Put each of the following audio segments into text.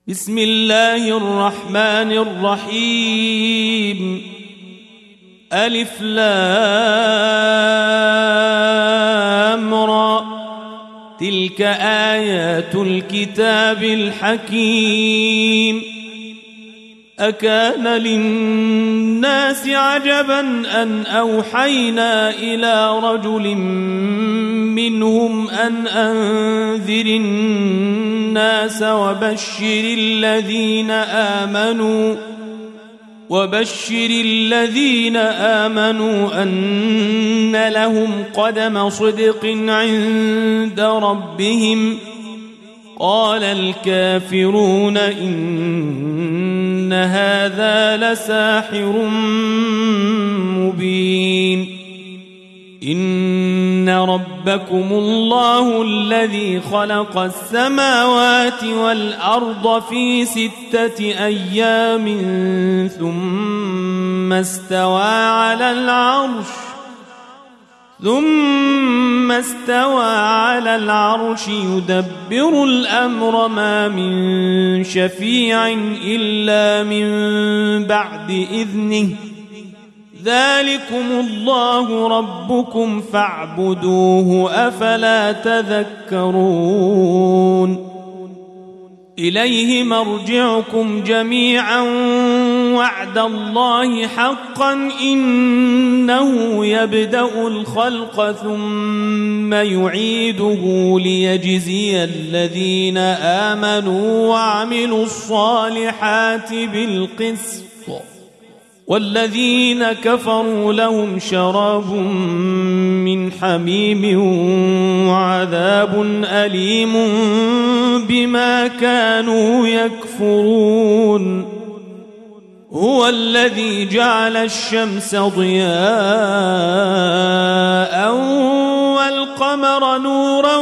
بسم الله الرحمن الرحيم. ألف لام را، تلك آيات الكتاب الحكيم. أكان للناس عجبا أن أوحينا إلى رجل منهم أن أنذر الناس وبشر الذين آمنوا أن لهم قدم صدق عند ربهم. قال الكافرون إن هذا لساحر مبين. إن ربكم الله الذي خلق السماوات والأرض في 6 أيام ثم استوى على العرش يدبر الأمر، ما من شفيع إلا من بعد إذنه. ذلكم الله ربكم فاعبدوه، أفلا تذكرون. إليه مرجعكم جميعا وعد الله حقا، إنه يبدأ الخلق ثم يعيده ليجزي الذين آمنوا وعملوا الصالحات بالقسط، والذين كفروا لهم شراب من حميم وعذاب أليم بما كانوا يكفرون. هو الذي جعل الشمس ضياء والقمر نورا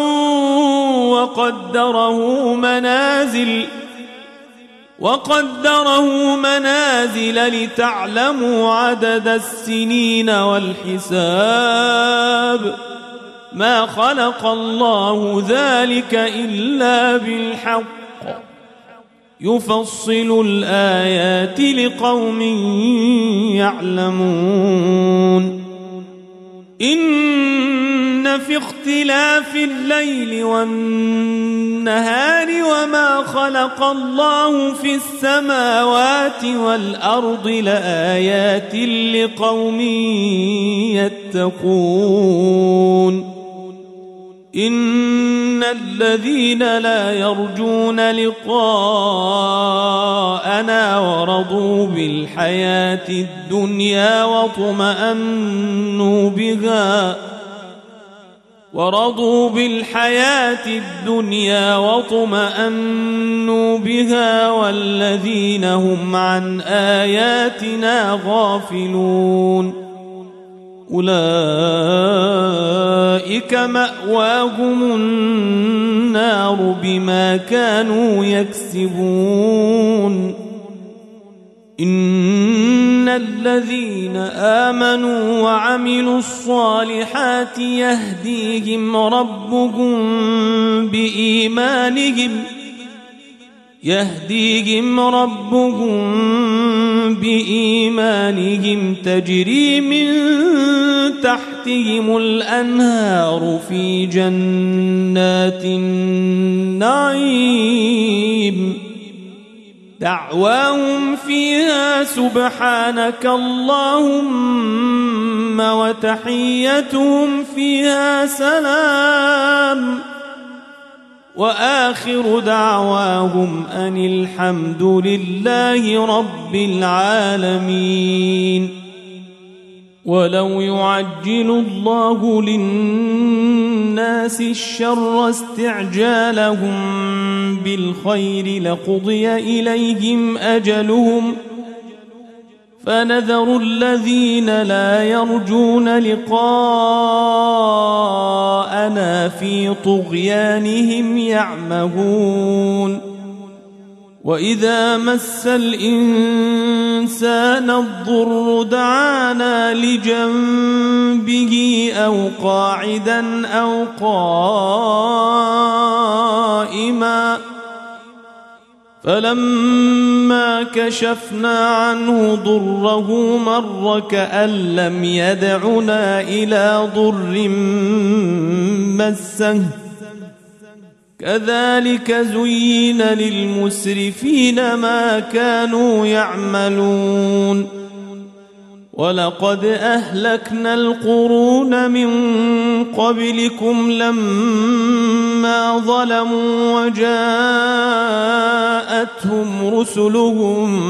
وقدره منازل لتعلموا عدد السنين والحساب. ما خلق الله ذلك إلا بالحق، يفصل الآيات لقوم يعلمون. إن في اختلاف الليل والنهار وما خلق الله في السماوات والأرض لآيات لقوم يتقون. إن الذين لا يرجون لقاءنا ورضوا بالحياة الدنيا واطمأنوا بها والذين هم عن آياتنا غافلون أولئك مأواهم النار بما كانوا يكسبون. إن الذين آمنوا وعملوا الصالحات يهديهم ربهم تجري من تحتهم الأنهار في جنات النعيم. دعواهم فيها سبحانك اللهم وتحيتهم فيها سلام، وآخر دعواهم أن الحمد لله رب العالمين. ولو يعجل الله للناس الشر استعجالهم بالخير لقضي إليهم أجلهم، فنذر الذين لا يرجون لقاءنا في طغيانهم يعمهون. وإذا مس الإنسان الضر دعانا لجنبه أو قاعدا فلما كشفنا عنه ضره مر كأن لم يدعنا إلى ضر مسه كذلك زين للمسرفين ما كانوا يعملون ولقد أهلكنا القرون من قبلكم لما ظلموا وجاءتهم رسلهم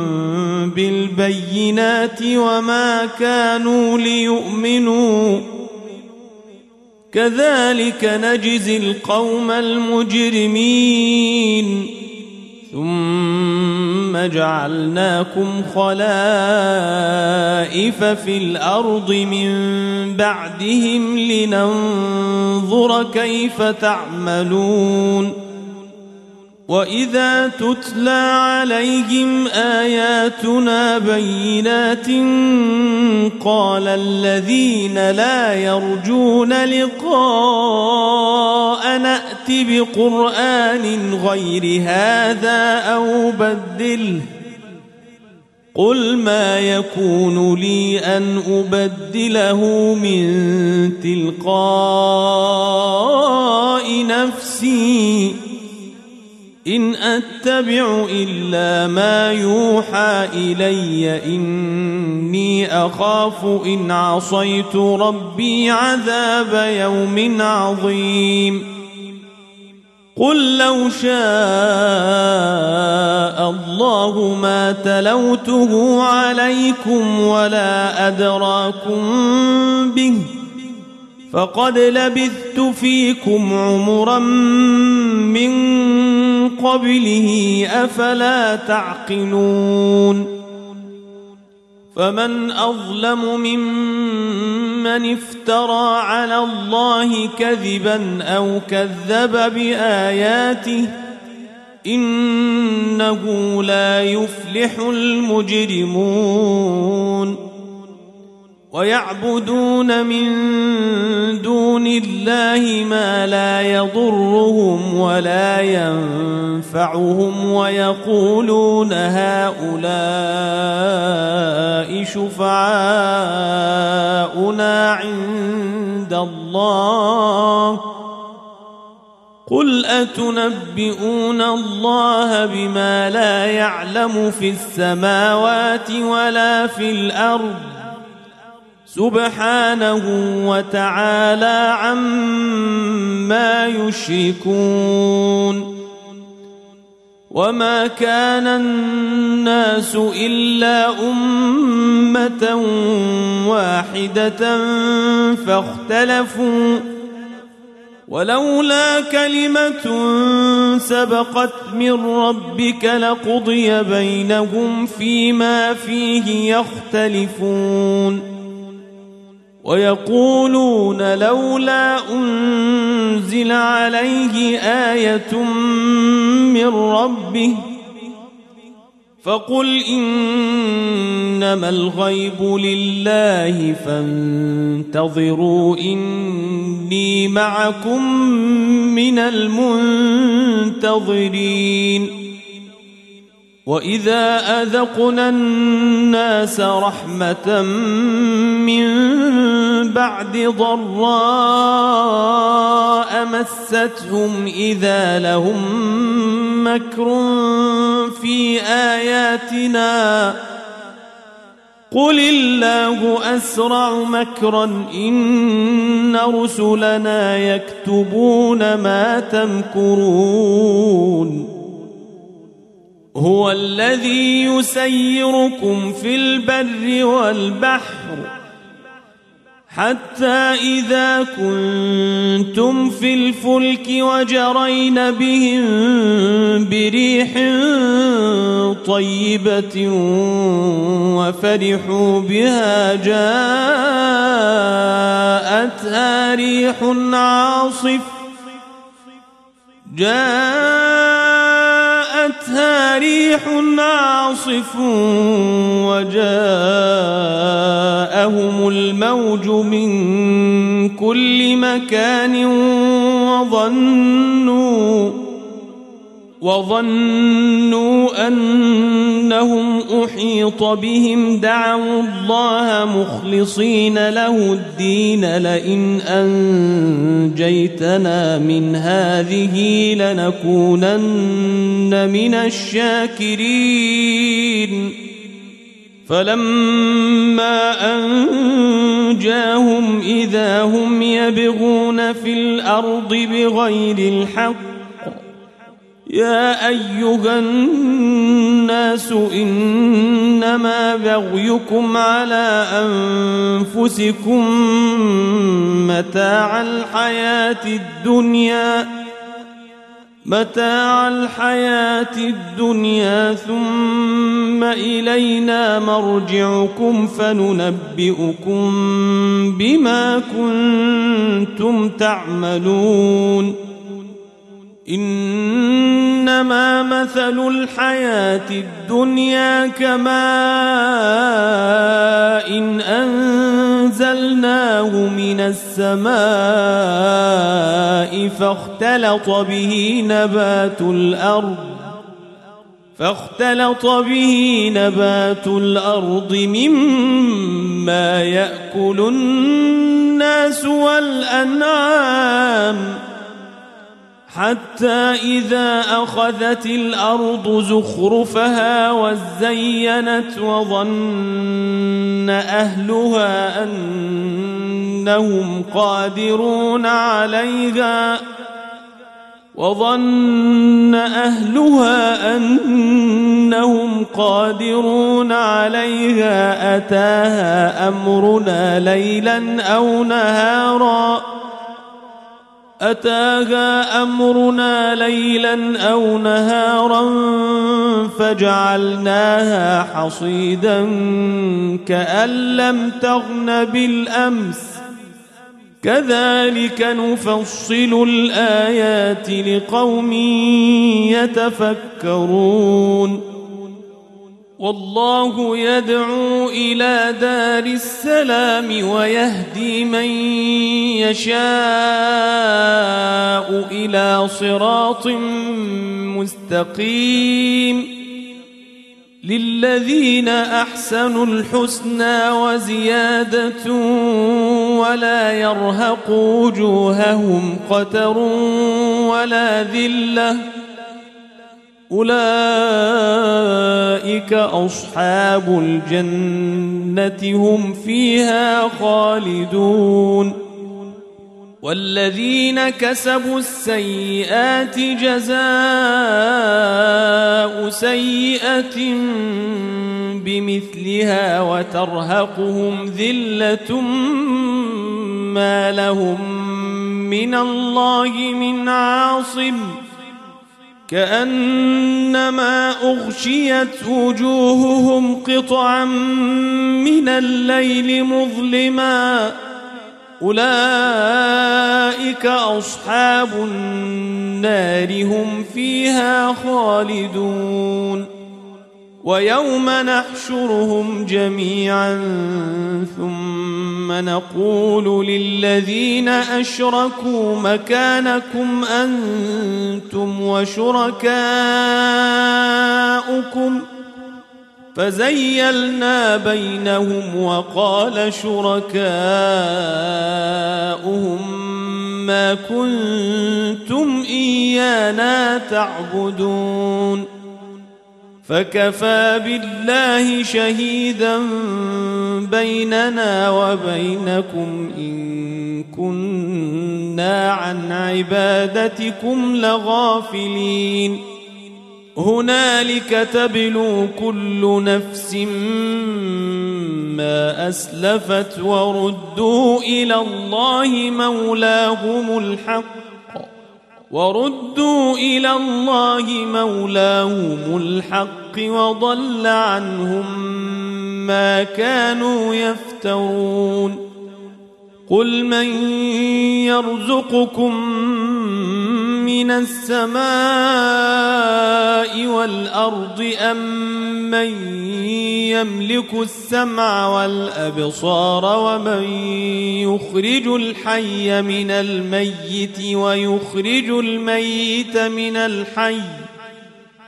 بالبينات وما كانوا ليؤمنوا كذلك نجزي القوم المجرمين ثم جعلناكم خلائف في الأرض من بعدهم لننظر كيف تعملون وإذا تتلى عليهم آياتنا بينات قال الذين لا يرجون لقاء نأت بقرآن غير هذا أو بدله قل ما يكون لي أن أبدله من تلقاء نفسي إن أتبع إلا ما يوحى إلي إني أخاف إن عصيت ربي عذاب يوم عظيم قل لو شاء الله ما تلوته عليكم ولا أدراكم به فقد لبثت فيكم عمرا من قبله أفلا تعقلون فمن أظلم ممن افترى على الله كذبا أو كذب بآياته إنه لا يفلح المجرمون ويعبدون من دون الله ما لا يضرهم ولا ينفعهم ويقولون هؤلاء شفعاؤنا عند الله قل أتنبئون الله بما لا يعلم في السماوات ولا في الأرض سبحانه وتعالى عما يشركون وما كان الناس إلا أمة واحدة فاختلفوا ولولا كلمة سبقت من ربك لقضي بينهم فيما فيه يختلفون ويقولون لولا أنزل عليه آية من ربه فقل إنما الغيب لله فانتظروا إني معكم من المنتظرين وإذا أذقنا الناس رحمة من بعد ضراء مستهم إذا لهم مكر في آياتنا قل الله أسرع مكرا إن رسلنا يكتبون ما تمكرون هو الذي يسيركم في البر والبحر حتى إذا كنتم في الفلك وجرين بهم بريح طيبة وفرحوا بها جاءتها ريح عاصف وجاءهم الموج من كل مكان وظنوا أنهم أحيط بهم دعوا الله مخلصين له الدين لئن أنجيتنا من هذه لنكونن من الشاكرين فلما أنجاهم إذا هم يبغون في الأرض بغير الحق يا أيها الناس إنما بغيكم على أنفسكم متاع الحياة الدنيا ثم إلينا مرجعكم فننبئكم بما كنتم تعملون إنما مثل الحياة الدنيا كماء إن أنزلناه من السماء فاختلط به نبات الأرض مما يأكل الناس والأنعام حتى إذا أخذت الأرض زخرفها وزينت وظن أهلها أنهم قادرون عليها أتاها أمرنا ليلا أو نهارا فجعلناها حصيدا كأن لم تغن بالأمس كذلك نفصل الآيات لقوم يتفكرون والله يدعو إلى دار السلام ويهدي من يشاء إلى صراط مستقيم للذين أحسنوا الحسنى وزيادة ولا يرهق وجوههم قتر ولا ذلة أولئك أصحاب الجنة هم فيها خالدون والذين كسبوا السيئات جزاء سيئة بمثلها وترهقهم ذلة ما لهم من الله من عاصم كأنما أغشيت وجوههم قطعا من الليل مظلما أولئك أصحاب النار هم فيها خالدون ويوم نحشرهم جميعا ثم نقول للذين أشركوا مكانكم أنتم وشركاؤكم فزيلنا بينهم وقال شركاؤهم ما كنتم إيانا تعبدون فكفى بالله شهيدا بيننا وبينكم إن كنا عن عبادتكم لغافلين هنالك تبلو كل نفس ما أسلفت وردوا إلى الله مولاهم الحق وضل عنهم ما كانوا يفترون قل من يرزقكم من السماء والأرض أم من يملك السمع والأبصار ومن يخرج الحي من الميت ويخرج الميت من الحي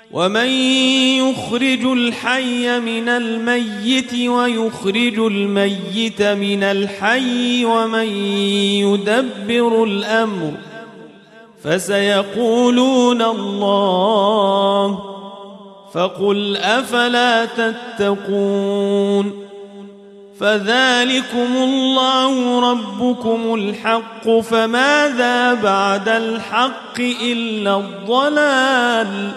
ومن يخرج الحي من الميت ويخرج الميت من الحي ومن يدبر الأمر فسيقولون الله فقل أفلا تتقون فذلكم الله ربكم الحق فماذا بعد الحق إلا الضلال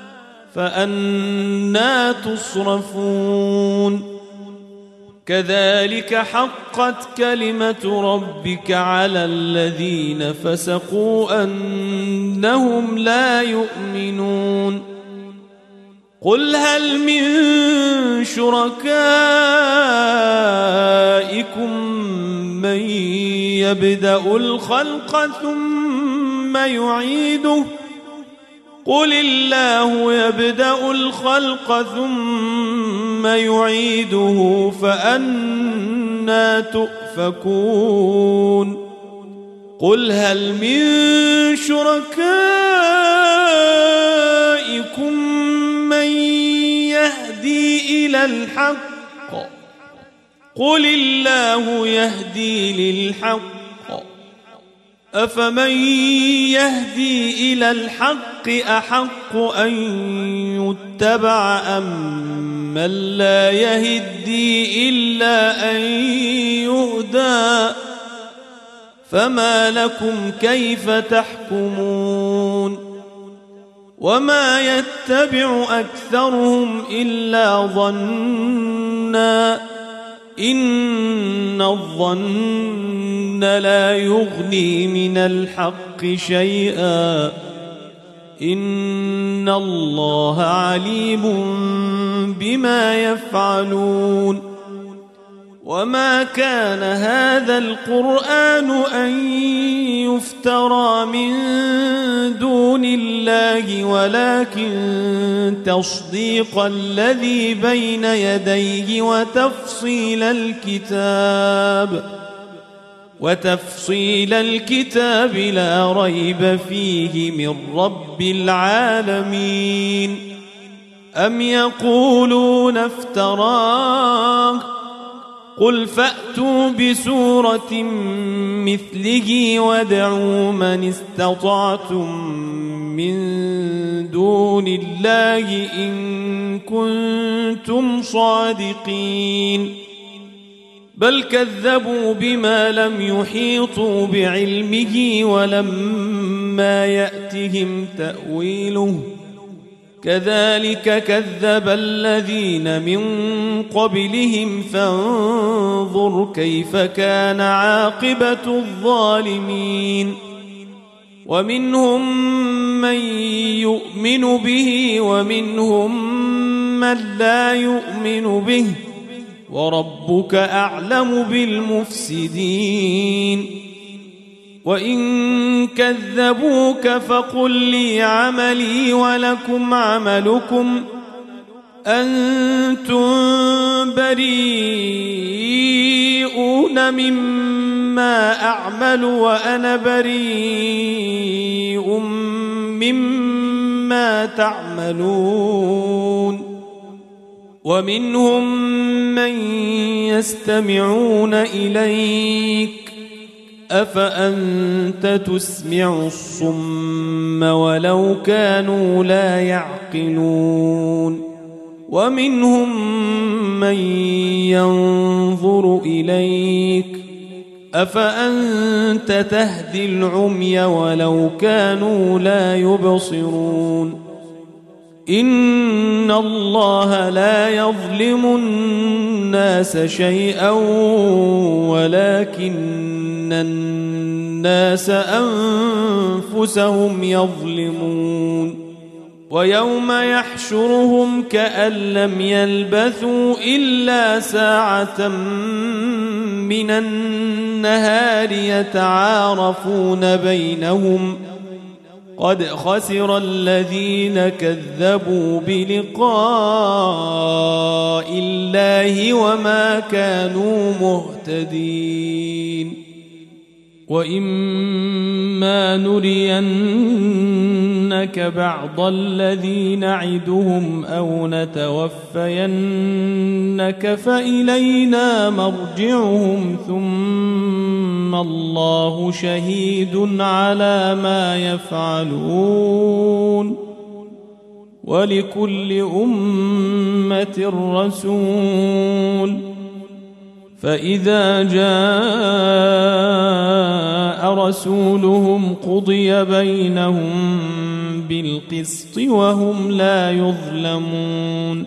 فأنى تصرفون كذلك حقت كلمة ربك على الذين فسقوا أنهم لا يؤمنون قل هل من شركائكم من يبدأ الخلق ثم يعيده قل الله يبدأ الخلق ثم يعيده فأنى تؤفكون قل هل من شركائكم من يهدي إلى الحق قل الله يهدي للحق أفمن يهدي إلى الحق أحق أن يتبع أم من لا يهدي إلا أن يهدى فما لكم كيف تحكمون وما يتبع أكثرهم إلا ظنا إن الظن لا يغني من الحق شيئا إن الله عليم بما يفعلون وما كان هذا القرآن أن يفترى من دون الله ولكن تصديق الذي بين يديه وتفصيل الكتاب لا ريب فيه من رب العالمين أم يقولون افتراه قل فأتوا بسورة مثله وادعوا من استطعتم من دون الله إن كنتم صادقين بل كذبوا بما لم يحيطوا بعلمه ولما يأتهم تأويله كذلك كذب الذين من قبلهم فانظر كيف كان عاقبة الظالمين ومنهم من يؤمن به ومنهم من لا يؤمن به وربك أعلم بالمفسدين وإن كذبوك فقل لي عملي ولكم عملكم أنتم بريئون مما أعمل وأنا بريء مما تعملون ومنهم من يستمعون إليك أفأنت تسمع الصم ولو كانوا لا يعقلون ومنهم من ينظر إليك أفأنت تهدي العمي ولو كانوا لا يبصرون إن الله لا يظلم الناس شيئا ولكن الناس أنفسهم يظلمون ويوم يحشرهم كأن لم يلبثوا إلا ساعة من النهار يتعارفون بينهم قد خسر الذين كذبوا بلقاء الله وما كانوا مهتدين وإما نرينك بعض الذي نعدهم أو نتوفينك فإلينا مرجعهم ثم الله شهيد على ما يفعلون ولكل أمة رسول فإذا جاء رسولهم قضي بينهم بالقسط وهم لا يظلمون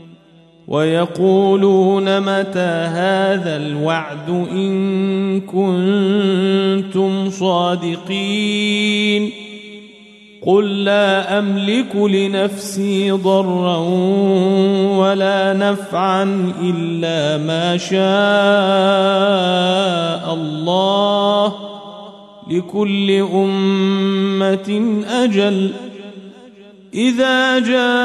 ويقولون متى هذا الوعد إن كنتم صادقين قل لا أملك لنفسي ضرا ولا نفعا إلا ما شاء الله لكل أمة أجل إذا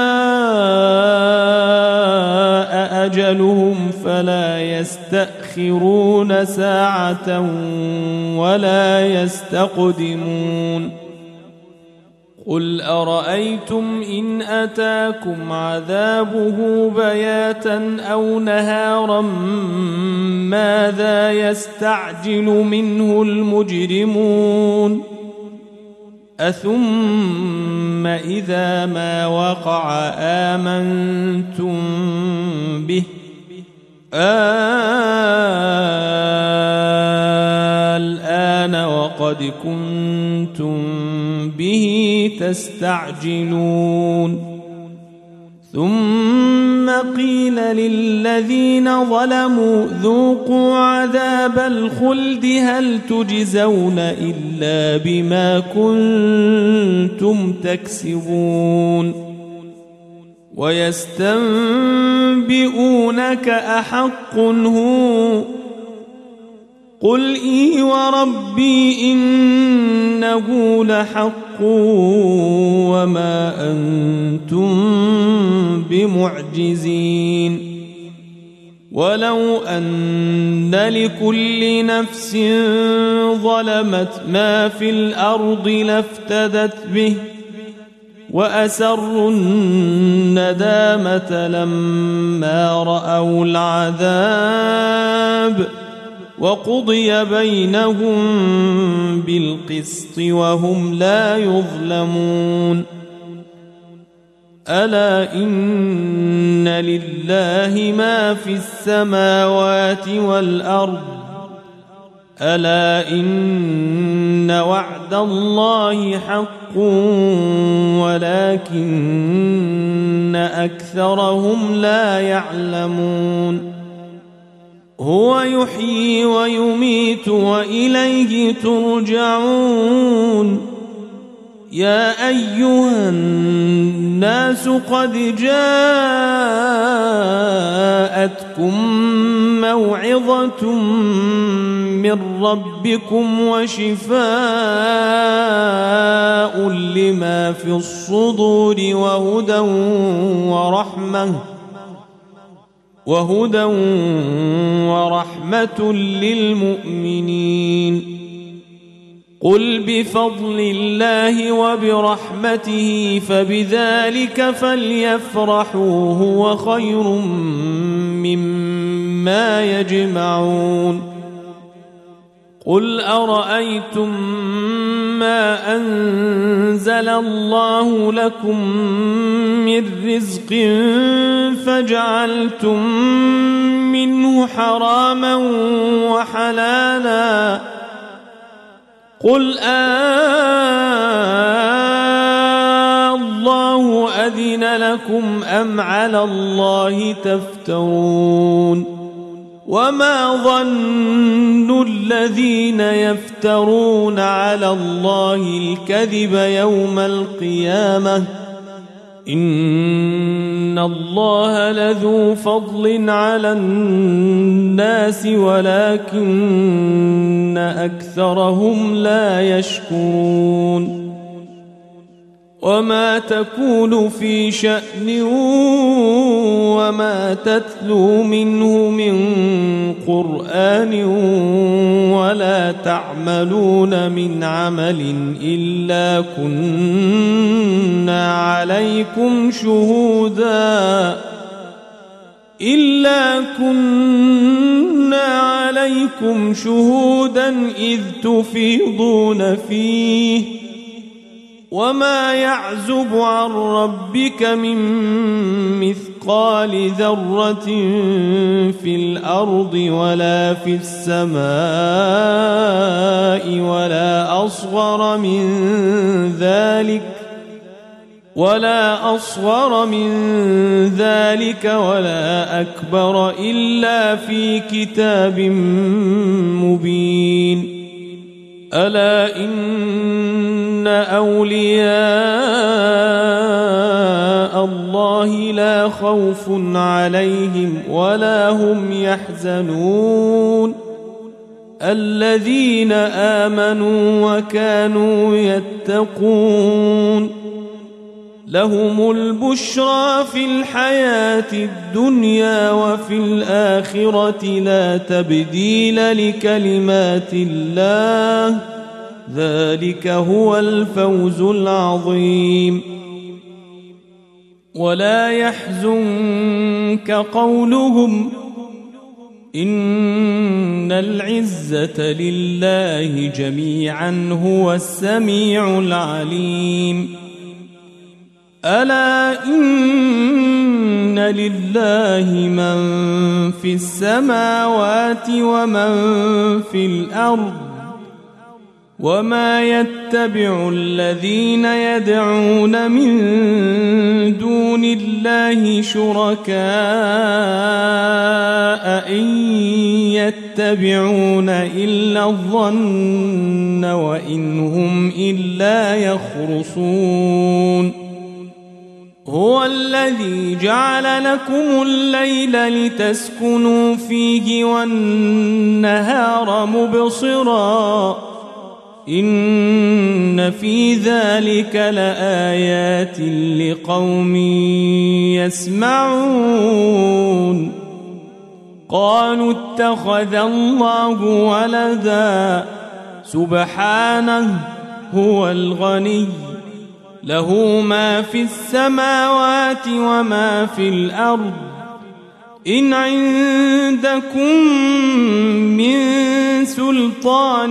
جاء أجلهم فلا يستأخرون ساعة ولا يستقدمون قل أرأيتم إن أتاكم عذابه بياتا أو نهارا ماذا يستعجل منه المجرمون أثم إذا ما وقع آمنتم به الآن وقد كنتم به تستعجلون ثم قيل للذين ظلموا ذوقوا عذاب الخلد هل تجزون إلا بما كنتم تكسبون ويستنبئونك أحق هو قل إي وربي إنه لحق وما أنتم بمعجزين ولو أن لكل نفس ظلمت ما في الأرض لافتدت به وأسروا الندامة لما رأوا العذاب وقضي بينهم بالقسط وهم لا يظلمون ألا إن لله ما في السماوات والأرض ألا إن وعد الله حق ولكن أكثرهم لا يعلمون هو يحيي ويميت وإليه ترجعون يا أيها الناس قد جاءتكم موعظة من ربكم وشفاء لما في الصدور وهدى ورحمة للمؤمنين قل بفضل الله وبرحمته فبذلك فليفرحوا هو خير مما يجمعون قل أرأيتم ما أنزل الله لكم من رزق فجعلتم منه حراما وحلالا قل الله أذن لكم أم على الله تفترون وما ظن الذين يفترون على الله الكذب يوم القيامة إن الله لذو فضل على الناس ولكن أكثرهم لا يشكرون وما تكون في شأن وما تتلو منه من قرآن ولا تعملون من عمل إلا كنا عليكم شهودا إذ تفيضون فيه وما يعزب عن ربك من مثقال ذرة في الأرض ولا في السماء ولا أصغر من ذلك ولا أكبر إلا في كتاب مبين ألا إن أولياء الله لا خوف عليهم ولا هم يحزنون الذين آمنوا وكانوا يتقون لهم البشرى في الحياة الدنيا وفي الآخرة لا تبديل لكلمات الله ذلك هو الفوز العظيم ولا يحزنك قولهم إن العزة لله جميعا هو السميع العليم ألا إن لله من في السماوات ومن في الأرض وما يتبع الذين يدعون من دون الله شركاء إن يتبعون إلا الظن وإن هم إلا يخرصون هو الذي جعل لكم الليل لتسكنوا فيه والنهار مبصرا إن في ذلك لآيات لقوم يسمعون قالوا اتخذ الله ولدا سبحانه هو الغني له ما في السماوات وما في الأرض إن عندكم من سلطان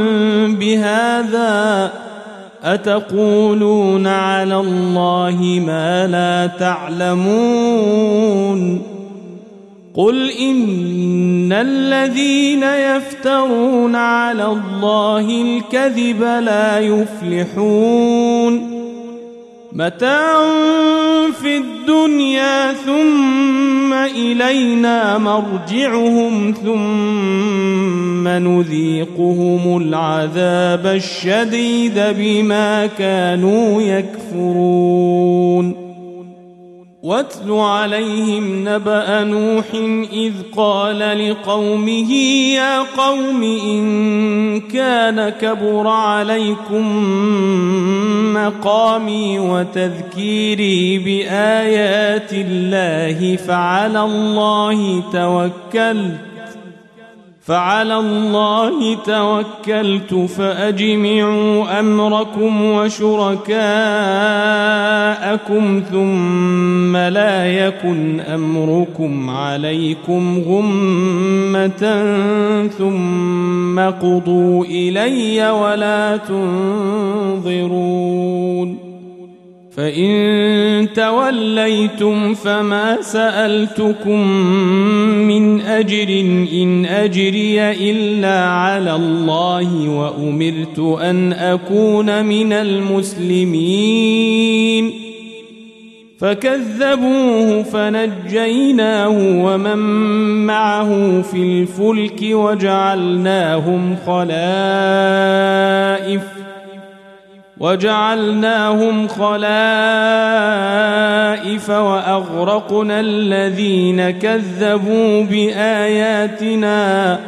بهذا أتقولون على الله ما لا تعلمون قل إن الذين يفترون على الله الكذب لا يفلحون متاع في الدنيا ثم إلينا مرجعهم ثم نذيقهم العذاب الشديد بما كانوا يكفرون واتل عليهم نبأ نوح إذ قال لقومه يا قوم إن كان كبر عليكم مقامي وتذكيري بآيات الله فعلى الله توكلت فأجمعوا أمركم وشركاءكم ثم لا يكن أمركم عليكم غمة ثم قضوا إلي ولا تنظرون فإن توليتم فما سألتكم من أجر إن أجري إلا على الله وأمرت أن أكون من المسلمين فكذبوه فنجيناه ومن معه في الفلك وجعلناهم خلائف وأغرقنا الذين كذبوا بآياتنا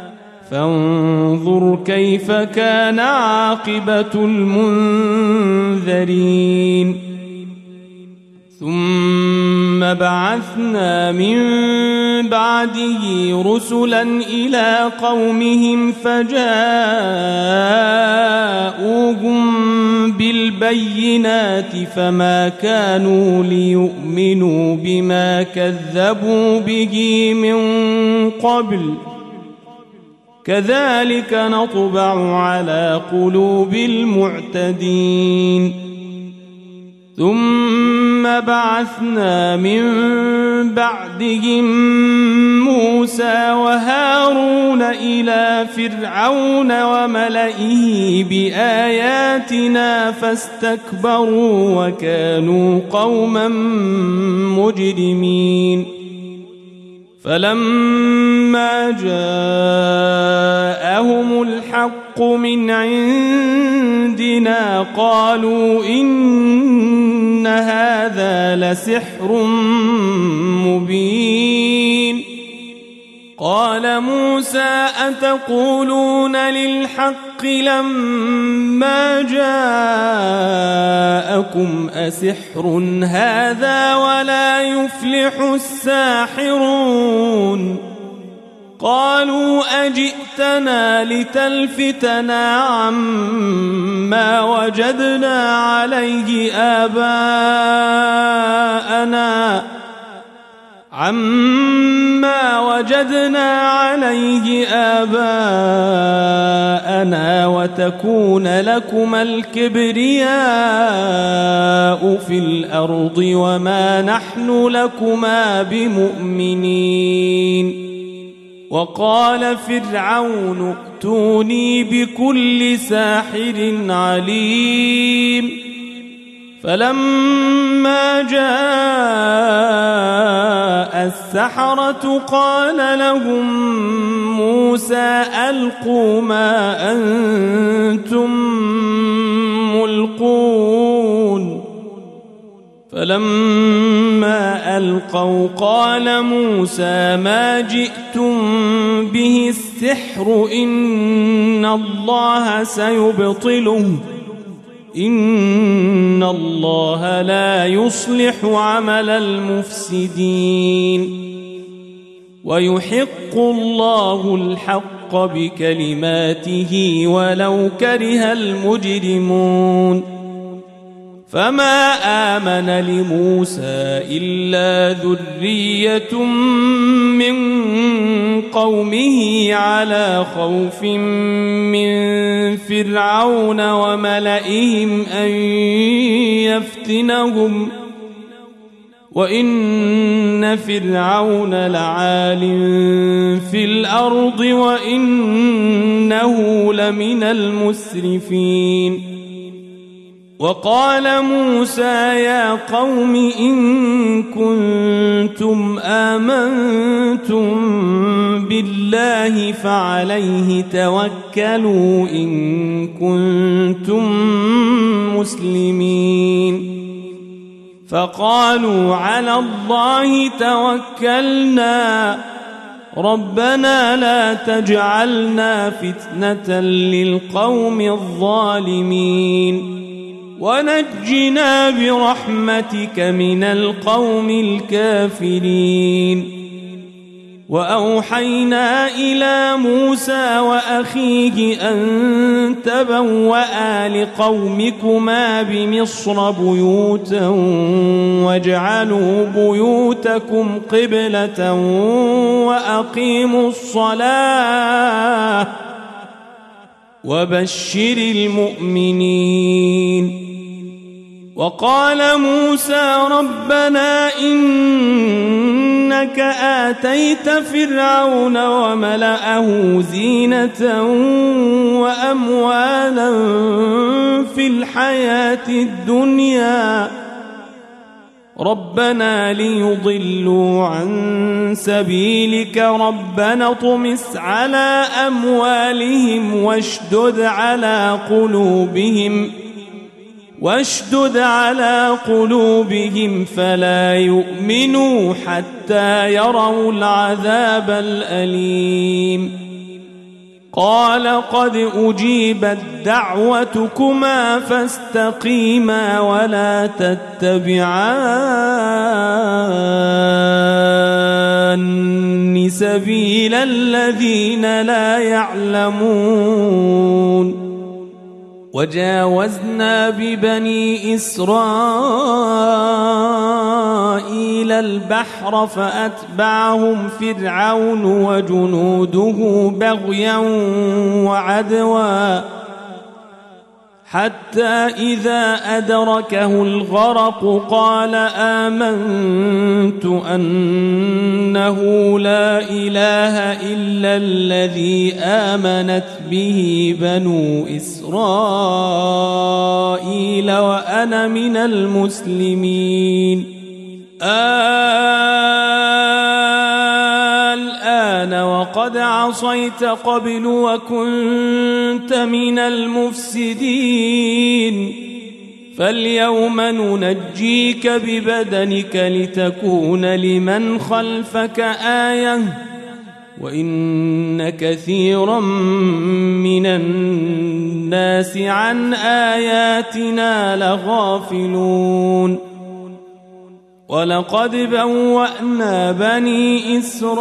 فانظر كيف كان عاقبة المنذرين ثم بعثنا من بعده رسلا إلى قومهم فجاءوهم بالبينات فما كانوا ليؤمنوا بما كذبوا به من قبل كذلك نطبع على قلوب المعتدين ثم بعثنا من بعدهم موسى وهارون إلى فرعون وملئه بآياتنا فاستكبروا وكانوا قوما مجرمين فلما جاءهم الحق من عندنا قالوا إن هذا لسحر مبين قال موسى أتقولون للحق لما جاءكم أسحر هذا ولا يفلح الساحرون قالوا أجئتنا لتلفتنا عما وجدنا عليه آباءنا وتكون لكما الكبرياء في الأرض وما نحن لكما بمؤمنين وقال فرعون ائتوني بكل ساحر عليم فلما جاء السحرة قال لهم موسى ألقوا ما أنتم ملقون فلما ألقوا قال موسى ما جئتم به السحر إن الله سيبطله إن الله لا يصلح عمل المفسدين ويحق الله الحق بكلماته ولو كره المجرمون فما آمن لموسى إلا ذرية من قومه على خوف من فرعون وملئهم أن يفتنهم وإن فرعون لعال في الأرض وإنه لمن المسرفين وقال موسى يا قوم إن كنتم آمنتم بالله فعليه توكلوا إن كنتم مسلمين فقالوا على الله توكلنا ربنا لا تجعلنا فتنة للقوم الظالمين ونجنا برحمتك من القوم الكافرين وأوحينا إلى موسى وأخيه أن تبوأ لقومكما بمصر بيوتا واجعلوا بيوتكم قبلة وأقيموا الصلاة وبشر المؤمنين وقال موسى ربنا إنك آتيت فرعون وملأه زينة وأموالا في الحياة الدنيا ربنا ليضلوا عن سبيلك ربنا اطمس على أموالهم واشدد على قلوبهم فلا يؤمنوا حتى يروا العذاب الأليم قال قد أجيبت دعوتكما فاستقيما ولا تتبعان سبيل الذين لا يعلمون وجاوزنا ببني إسرائيل البحر فأتبعهم فرعون وجنوده بغيا وعدوا حتى إذا أدركه الغرق قال آمنت أنه لا إله إلا الذي آمنت به بنو إسرائيل وأنا من المسلمين الآن وقد عصيت قبل وكنت من المفسدين فاليوم ننجيك ببدنك لتكون لمن خلفك آية وإن كثيرا من الناس عن آياتنا لغافلون ولقد بوأنا بني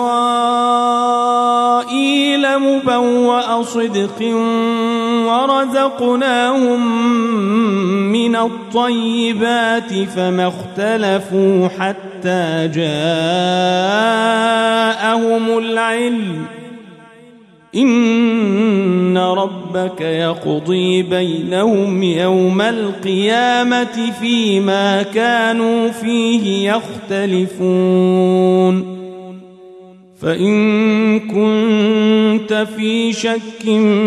إسرائيل مبوأ صدق ورزقناهم من الطيبات فما اختلفوا حتى جاءهم العلم إن ربك يقضي بينهم يوم القيامة فيما كانوا فيه يختلفون فإن كنت في شك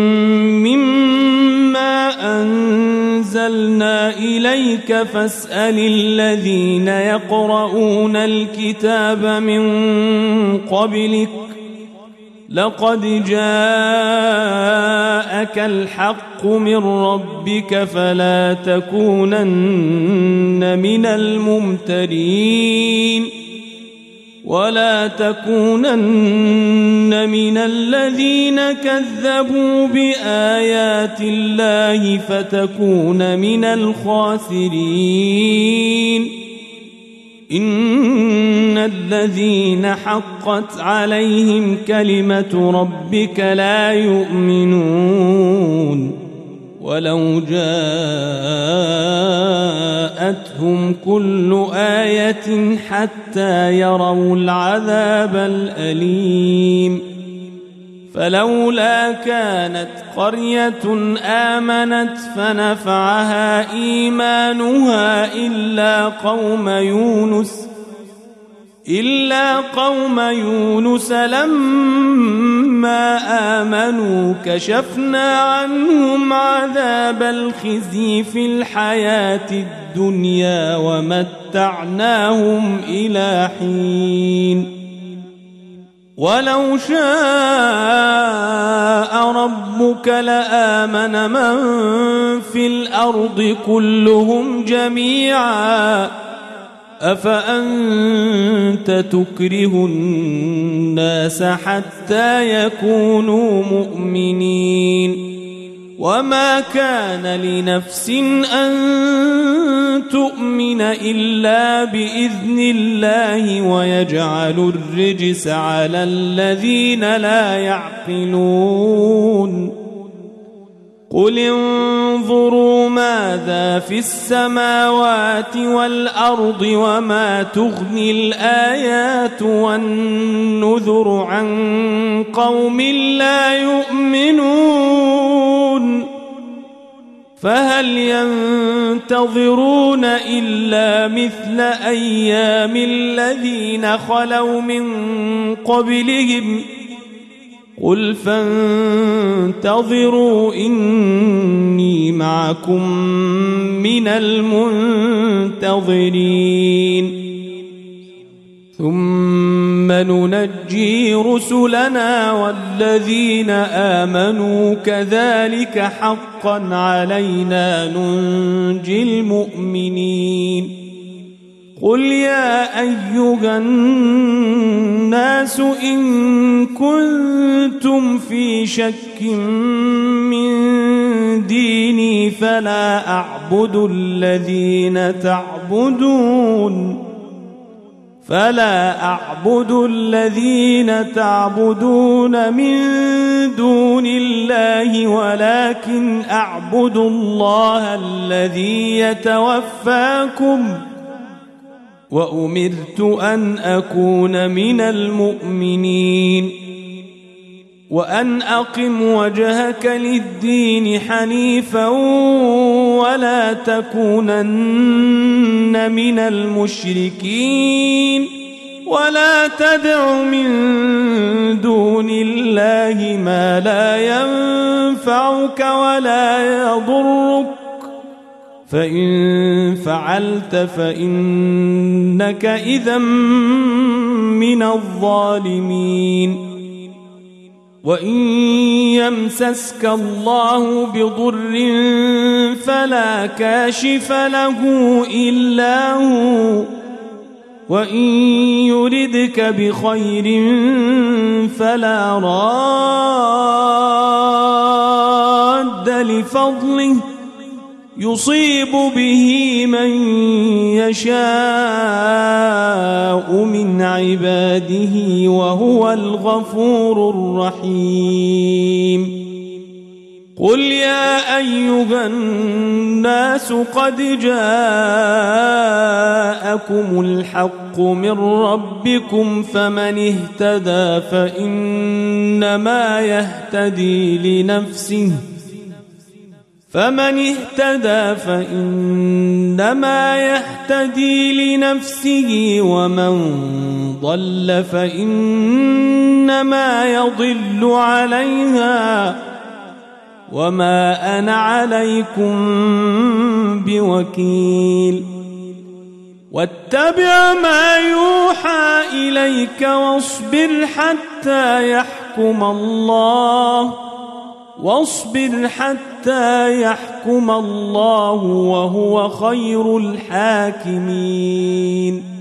مما أنزلنا إليك فاسأل الذين يقرؤون الكتاب من قبلك لقد جاءك الحق من ربك فلا تكونن من الممترين ولا تكونن من الذين كذبوا بآيات الله فتكون من الخاسرين إن الذين حقت عليهم كلمة ربك لا يؤمنون ولو جاءتهم كل آية حتى يروا العذاب الأليم فلولا كانت قرية آمنت فنفعها إيمانها إلا قوم يونس لما آمنوا كشفنا عنهم عذاب الخزي في الحياة الدنيا ومتعناهم إلى حين ولو شاء ربك لآمن من في الأرض كلهم جميعا أفأنت تكره الناس حتى يكونوا مؤمنين وما كان لنفس أن تؤمن إلا بإذن الله ويجعل الرجس على الذين لا يعقلون قل انظروا ماذا في السماوات والأرض وما تغني الآيات والنذر عن قوم لا يؤمنون فهل ينتظرون إلا مثل أيام الذين خلوا من قبلهم قل فانتظروا إني معكم من المنتظرين ثم ننجي رسلنا والذين آمنوا كذلك حقا علينا ننجي المؤمنين قل يا أيها الناس إن كنتم في شك من ديني فلا أعبد الذين تعبدون من دون الله ولكن أعبد الله الذي يتوفاكم وأمرت أن أكون من المؤمنين وأن أقم وجهك للدين حنيفا ولا تكونن من المشركين ولا تدع من دون الله ما لا ينفعك ولا يضرك فإن فعلت فإنك إذا من الظالمين وإن يمسسك الله بضر فلا كاشف له إلا هو وإن يردك بخير فلا راد لفضله يصيب به من يشاء من عباده وهو الغفور الرحيم قل يا أيها الناس قد جاءكم الحق من ربكم فمن اهتدى فإنما يهتدي لنفسه ومن ضل فإنما يضل عليها وما أنا عليكم بوكيل واتبع ما يوحى إليك واصبر حتى يحكم الله وهو خير الحاكمين